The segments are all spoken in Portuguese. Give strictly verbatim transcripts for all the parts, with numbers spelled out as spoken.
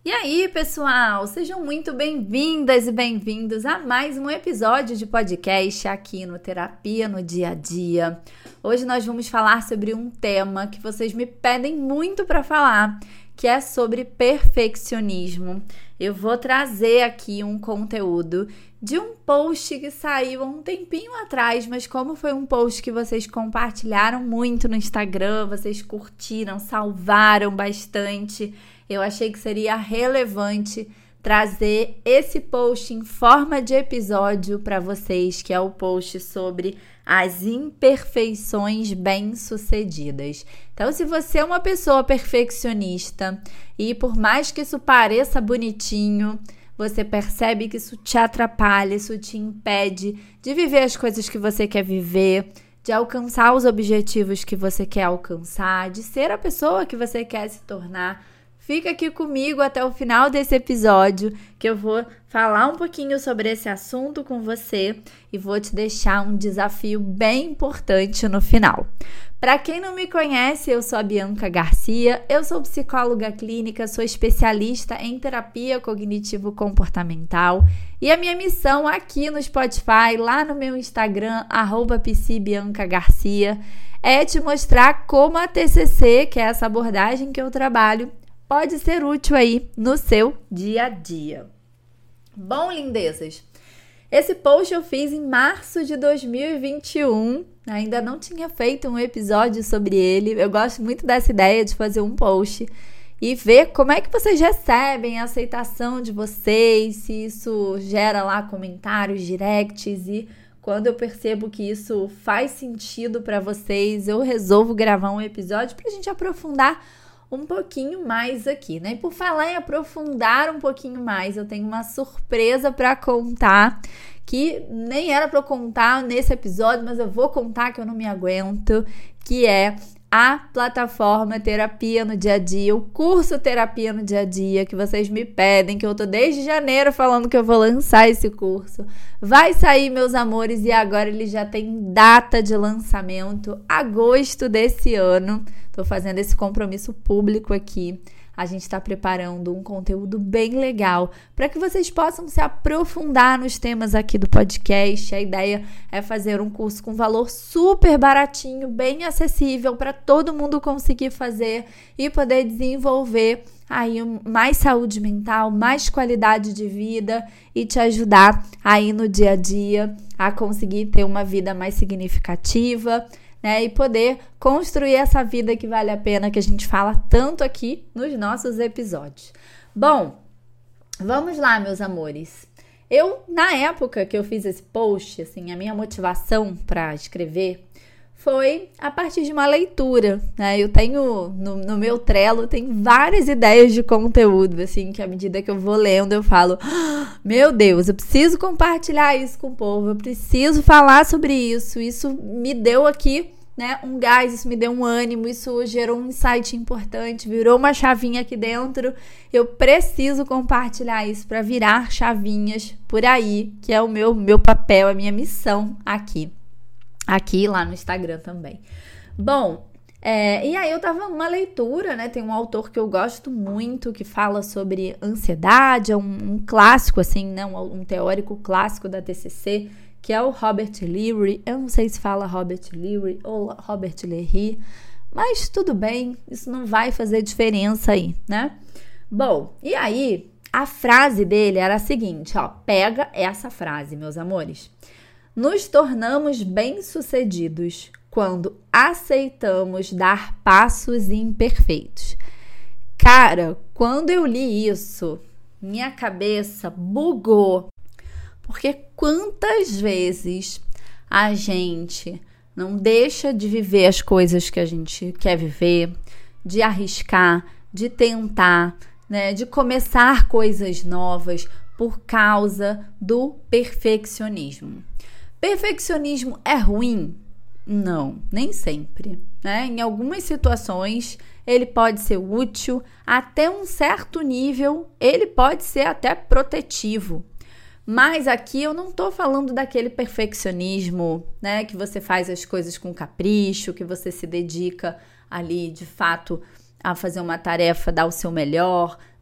E aí, pessoal, sejam muito bem-vindas e bem-vindos a mais um episódio de podcast aqui no Terapia no Dia a Dia. Hoje nós vamos falar sobre um tema que vocês me pedem muito para falar, que é sobre perfeccionismo. Eu vou trazer aqui um conteúdo de um post que saiu há um tempinho atrás, mas como foi um post que vocês compartilharam muito no Instagram, vocês curtiram, salvaram bastante, eu achei que seria relevante trazer esse post em forma de episódio para vocês, que é o post sobre as imperfeições bem-sucedidas. Então, se você é uma pessoa perfeccionista e por mais que isso pareça bonitinho, você percebe que isso te atrapalha, isso te impede de viver as coisas que você quer viver, de alcançar os objetivos que você quer alcançar, de ser a pessoa que você quer se tornar, fica aqui comigo até o final desse episódio, que eu vou falar um pouquinho sobre esse assunto com você e vou te deixar um desafio bem importante no final. Para quem não me conhece, eu sou a Bianca Garcia, eu sou psicóloga clínica, sou especialista em terapia cognitivo-comportamental e a minha missão aqui no Spotify, lá no meu Instagram, arroba psibiancagarcia, é te mostrar como a T C C, que é essa abordagem que eu trabalho, pode ser útil aí no seu dia a dia. Bom, lindezas, esse post eu fiz em março de dois mil e vinte e um, ainda não tinha feito um episódio sobre ele. Eu gosto muito dessa ideia de fazer um post e ver como é que vocês recebem a aceitação de vocês, se isso gera lá comentários, directs, e quando eu percebo que isso faz sentido para vocês, eu resolvo gravar um episódio para a gente aprofundar um pouquinho mais aqui, né? E por falar em aprofundar um pouquinho mais, eu tenho uma surpresa para contar, que nem era para eu contar nesse episódio, mas eu vou contar que eu não me aguento, que é a plataforma Terapia no Dia a Dia, o curso Terapia no Dia a Dia, que vocês me pedem, que eu tô desde janeiro falando que eu vou lançar esse curso. Vai sair, meus amores, e agora ele já tem data de lançamento, agosto desse ano. Tô fazendo esse compromisso público aqui. A gente está preparando um conteúdo bem legal para que vocês possam se aprofundar nos temas aqui do podcast. A ideia é fazer um curso com valor super baratinho, bem acessível para todo mundo conseguir fazer e poder desenvolver aí mais saúde mental, mais qualidade de vida e te ajudar aí no dia a dia a conseguir ter uma vida mais significativa, né, e poder construir essa vida que vale a pena, que a gente fala tanto aqui nos nossos episódios. Bom, vamos lá, meus amores. Eu, na época que eu fiz esse post, assim, a minha motivação para escrever foi a partir de uma leitura, né? Eu tenho, no, no meu Trello, tem várias ideias de conteúdo, assim, que à medida que eu vou lendo, eu falo, ah, meu Deus, eu preciso compartilhar isso com o povo, eu preciso falar sobre isso, isso me deu aqui, né, um gás, isso me deu um ânimo, isso gerou um insight importante, virou uma chavinha aqui dentro, eu preciso compartilhar isso para virar chavinhas por aí, que é o meu, meu papel, a minha missão aqui. Aqui e lá no Instagram também. Bom, é, e aí eu tava numa leitura, né? Tem um autor que eu gosto muito que fala sobre ansiedade, é um, um clássico, assim, né? Um, um teórico clássico da T C C, que é o Robert Leary. Eu não sei se fala Robert Leary ou Robert Leary, mas tudo bem, isso não vai fazer diferença aí, né? Bom, e aí a frase dele era a seguinte, ó, pega essa frase, meus amores. Nos tornamos bem-sucedidos quando aceitamos dar passos imperfeitos. Cara, quando eu li isso, minha cabeça bugou. Porque quantas vezes a gente não deixa de viver as coisas que a gente quer viver, de arriscar, de tentar, né, de começar coisas novas por causa do perfeccionismo. Perfeccionismo é ruim? Não, nem sempre, né? Em algumas situações ele pode ser útil, até um certo nível ele pode ser até protetivo. Mas aqui eu não tô falando daquele perfeccionismo, né? Que você faz as coisas com capricho, que você se dedica ali de fato a fazer uma tarefa, dar o seu melhor,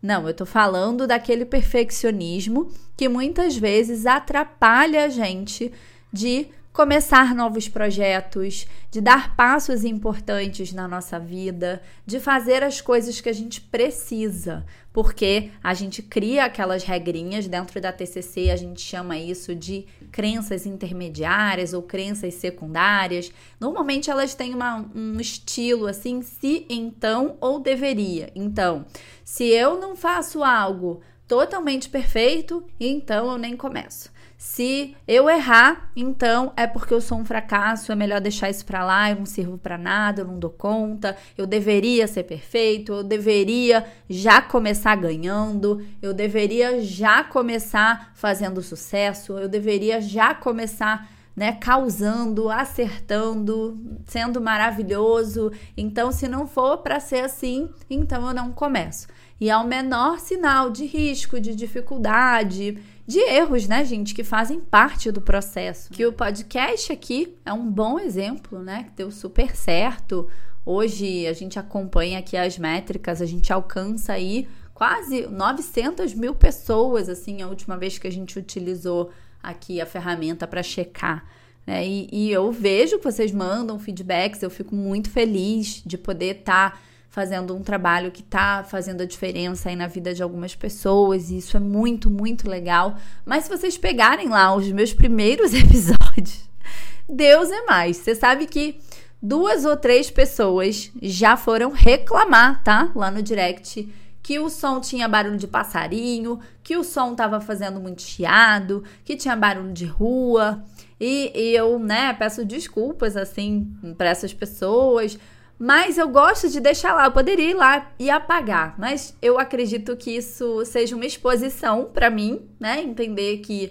Não, eu tô falando daquele perfeccionismo que muitas vezes atrapalha a gente de começar novos projetos, de dar passos importantes na nossa vida, de fazer as coisas que a gente precisa, porque a gente cria aquelas regrinhas dentro da T C C, a gente chama isso de crenças intermediárias ou crenças secundárias. Normalmente elas têm uma, um estilo assim, se, então ou deveria. Então, se eu não faço algo totalmente perfeito, então eu nem começo. Se eu errar, então é porque eu sou um fracasso, é melhor deixar isso pra lá, eu não sirvo pra nada, eu não dou conta, eu deveria ser perfeito, eu deveria já começar ganhando, eu deveria já começar fazendo sucesso, eu deveria já começar, né, causando, acertando, sendo maravilhoso. Então, se não for pra ser assim, então eu não começo. E é o menor sinal de risco, de dificuldade, de erros, né, gente, que fazem parte do processo. Que o podcast aqui é um bom exemplo, né, que deu super certo. Hoje a gente acompanha aqui as métricas, a gente alcança aí quase novecentas mil pessoas, assim, a última vez que a gente utilizou aqui a ferramenta para checar, né, e, e eu vejo que vocês mandam feedbacks, eu fico muito feliz de poder estar tá fazendo um trabalho que tá fazendo a diferença aí na vida de algumas pessoas, e isso é muito, muito legal. Mas se vocês pegarem lá os meus primeiros episódios, Deus é mais. Você sabe que duas ou três pessoas já foram reclamar, tá? Lá no direct, que o som tinha barulho de passarinho, que o som tava fazendo muito chiado, que tinha barulho de rua. E, e eu, né, peço desculpas, assim, para essas pessoas. Mas eu gosto de deixar lá, eu poderia ir lá e apagar, mas eu acredito que isso seja uma exposição para mim, né? Entender que,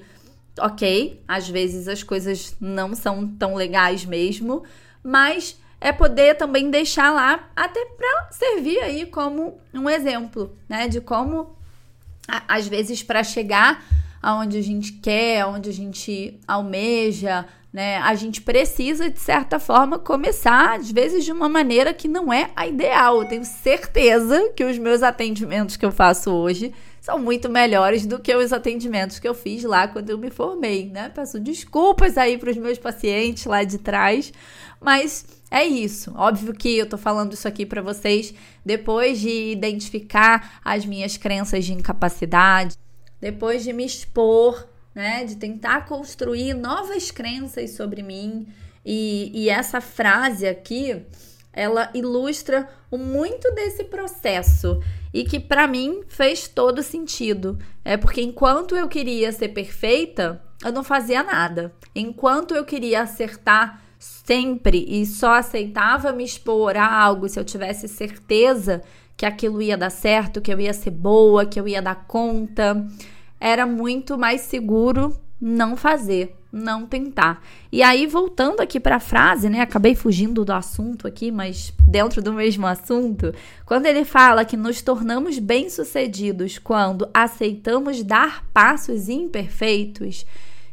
ok, às vezes as coisas não são tão legais mesmo, mas é poder também deixar lá até para servir aí como um exemplo, né? De como, às vezes, para chegar aonde a gente quer, aonde a gente almeja, né, a gente precisa, de certa forma, começar, às vezes, de uma maneira que não é a ideal. Eu tenho certeza que os meus atendimentos que eu faço hoje são muito melhores do que os atendimentos que eu fiz lá quando eu me formei, né? Peço desculpas aí para os meus pacientes lá de trás, mas é isso. Óbvio que eu tô falando isso aqui para vocês depois de identificar as minhas crenças de incapacidade, depois de me expor, né, de tentar construir novas crenças sobre mim. E, e essa frase aqui, ela ilustra muito desse processo e que para mim fez todo sentido. É porque enquanto eu queria ser perfeita, eu não fazia nada. Enquanto eu queria acertar sempre e só aceitava me expor a algo se eu tivesse certeza que aquilo ia dar certo, que eu ia ser boa, que eu ia dar conta, era muito mais seguro não fazer, não tentar. E aí, voltando aqui para a frase, né? Acabei fugindo do assunto aqui, mas dentro do mesmo assunto, quando ele fala que nos tornamos bem-sucedidos quando aceitamos dar passos imperfeitos,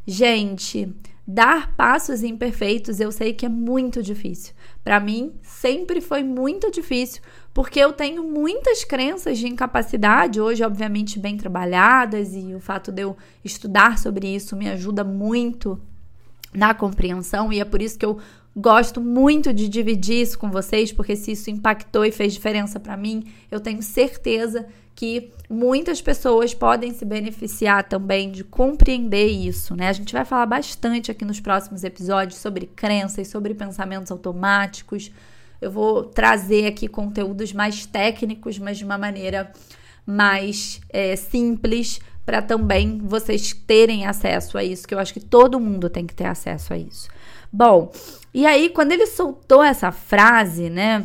gente, dar passos imperfeitos eu sei que é muito difícil. Para mim, sempre foi muito difícil, porque eu tenho muitas crenças de incapacidade, hoje, obviamente, bem trabalhadas, e o fato de eu estudar sobre isso me ajuda muito na compreensão, e é por isso que eu gosto muito de dividir isso com vocês, porque se isso impactou e fez diferença para mim, eu tenho certeza que muitas pessoas podem se beneficiar também de compreender isso, né? A gente vai falar bastante aqui nos próximos episódios sobre crenças, sobre pensamentos automáticos. Eu vou trazer aqui conteúdos mais técnicos, mas de uma maneira mais é, simples, para também vocês terem acesso a isso, que eu acho que todo mundo tem que ter acesso a isso. Bom, e aí quando ele soltou essa frase, né,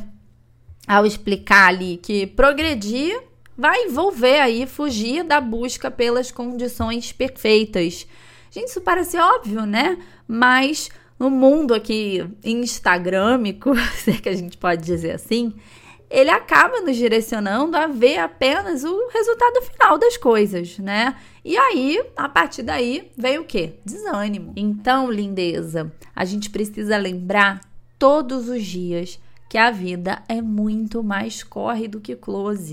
ao explicar ali que progredir vai envolver aí fugir da busca pelas condições perfeitas. Gente, isso parece óbvio, né? Mas no mundo aqui instagrâmico, se é que a gente pode dizer assim, ele acaba nos direcionando a ver apenas o resultado final das coisas, né? E aí, a partir daí, vem o quê? Desânimo. Então, lindeza, a gente precisa lembrar todos os dias que a vida é muito mais corre do que close.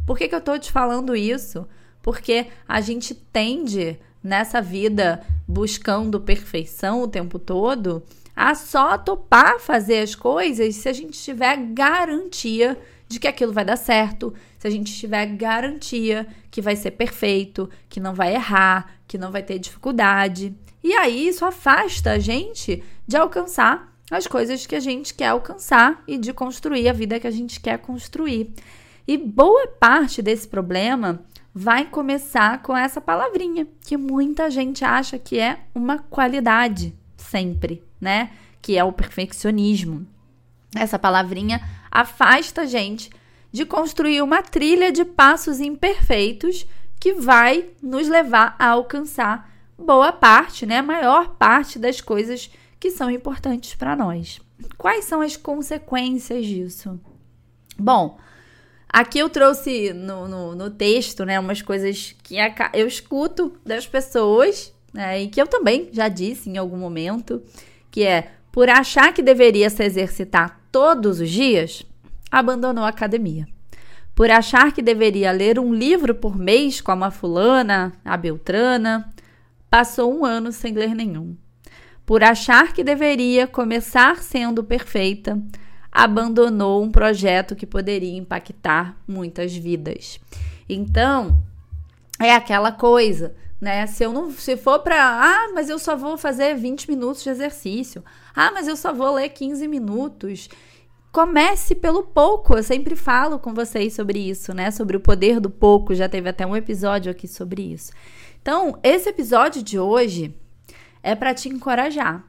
Por que que eu tô te falando isso? Porque a gente tende, nessa vida, buscando perfeição o tempo todo, a só topar fazer as coisas se a gente tiver garantia de que aquilo vai dar certo, se a gente tiver garantia que vai ser perfeito, que não vai errar, que não vai ter dificuldade. E aí isso afasta a gente de alcançar as coisas que a gente quer alcançar e de construir a vida que a gente quer construir. E boa parte desse problema vai começar com essa palavrinha, que muita gente acha que é uma qualidade sempre, né? Que é o perfeccionismo. Essa palavrinha afasta a gente de construir uma trilha de passos imperfeitos que vai nos levar a alcançar boa parte, né? A maior parte das coisas que são importantes para nós. Quais são as consequências disso? Bom, aqui eu trouxe no, no, no texto, né, umas coisas que eu escuto das pessoas, né, e que eu também já disse em algum momento, que é, por achar que deveria se exercitar todos os dias, abandonou a academia. Por achar que deveria ler um livro por mês, como a fulana, a beltrana, passou um ano sem ler nenhum. Por achar que deveria começar sendo perfeita, abandonou um projeto que poderia impactar muitas vidas. Então, é aquela coisa, né? Se eu não, se for para, ah, mas eu só vou fazer vinte minutos de exercício. Ah, mas eu só vou ler quinze minutos. Comece pelo pouco. Eu sempre falo com vocês sobre isso, né? Sobre o poder do pouco. Já teve até um episódio aqui sobre isso. Então, esse episódio de hoje é para te encorajar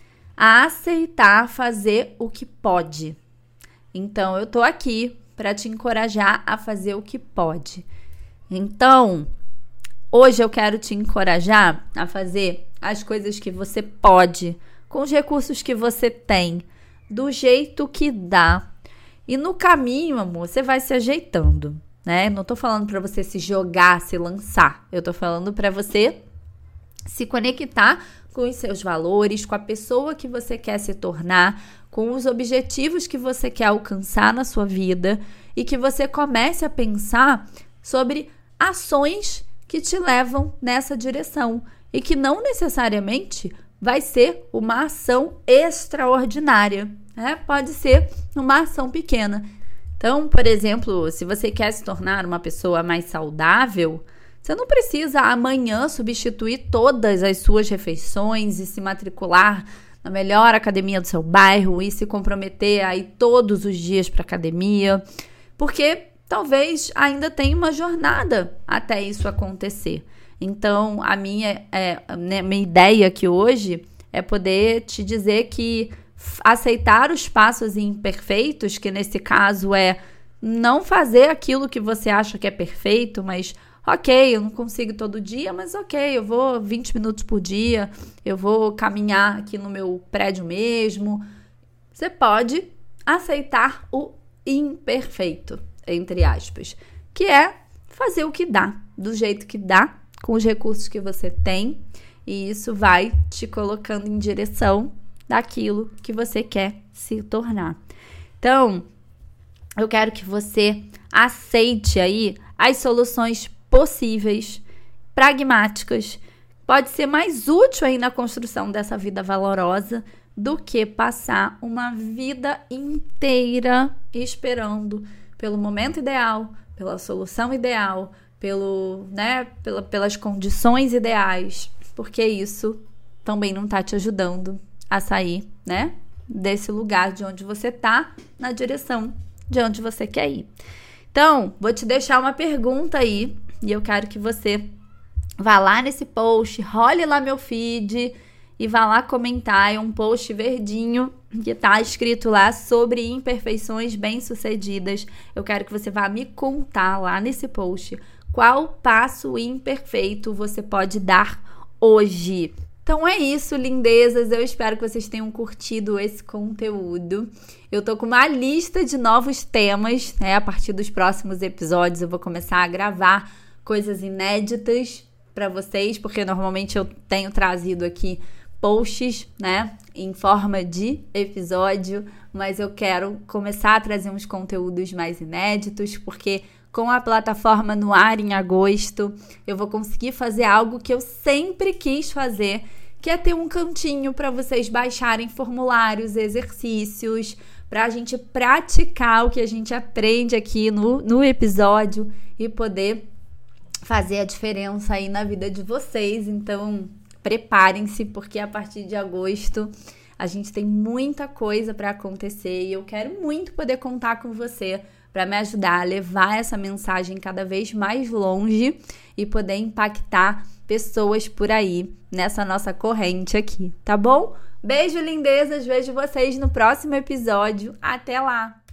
a aceitar fazer o que pode. Então, eu tô aqui para te encorajar a fazer o que pode. Então, hoje eu quero te encorajar a fazer as coisas que você pode, com os recursos que você tem, do jeito que dá. E no caminho, amor, você vai se ajeitando, né? Não tô falando para você se jogar, se lançar. Eu tô falando para você se conectar com os seus valores, com a pessoa que você quer se tornar, com os objetivos que você quer alcançar na sua vida e que você comece a pensar sobre ações que te levam nessa direção e que não necessariamente vai ser uma ação extraordinária, né? Pode ser uma ação pequena. Então, por exemplo, se você quer se tornar uma pessoa mais saudável, você não precisa amanhã substituir todas as suas refeições e se matricular na melhor academia do seu bairro e se comprometer a ir todos os dias para a academia, porque talvez ainda tenha uma jornada até isso acontecer. Então, a minha, é, a minha ideia aqui hoje é poder te dizer que aceitar os passos imperfeitos, que nesse caso é não fazer aquilo que você acha que é perfeito, mas ok, eu não consigo todo dia, mas ok, eu vou vinte minutos por dia, eu vou caminhar aqui no meu prédio mesmo. Você pode aceitar o imperfeito, entre aspas, que é fazer o que dá, do jeito que dá, com os recursos que você tem, e isso vai te colocando em direção daquilo que você quer se tornar. Então, eu quero que você aceite aí as soluções possíveis, pragmáticas. Pode ser mais útil aí na construção dessa vida valorosa do que passar uma vida inteira esperando pelo momento ideal, pela solução ideal, pelo, né, pela, pelas condições ideais, porque isso também não está te ajudando a sair, né, desse lugar de onde você está na direção de onde você quer ir. Então, vou te deixar uma pergunta aí e eu quero que você vá lá nesse post, role lá meu feed e vá lá comentar. É um post verdinho que tá escrito lá sobre imperfeições bem-sucedidas. Eu quero que você vá me contar lá nesse post qual passo imperfeito você pode dar hoje. Então é isso, lindezas. Eu espero que vocês tenham curtido esse conteúdo. Eu tô com uma lista de novos temas, né? A partir dos próximos episódios eu vou começar a gravar coisas inéditas para vocês, porque normalmente eu tenho trazido aqui posts, né, em forma de episódio, mas eu quero começar a trazer uns conteúdos mais inéditos, porque com a plataforma no ar em agosto, eu vou conseguir fazer algo que eu sempre quis fazer, que é ter um cantinho para vocês baixarem formulários, exercícios, para a gente praticar o que a gente aprende aqui no, no episódio e poder fazer a diferença aí na vida de vocês. Então, preparem-se, porque a partir de agosto a gente tem muita coisa para acontecer e eu quero muito poder contar com você para me ajudar a levar essa mensagem cada vez mais longe e poder impactar pessoas por aí nessa nossa corrente aqui, tá bom? Beijo, lindezas! Vejo vocês no próximo episódio. Até lá!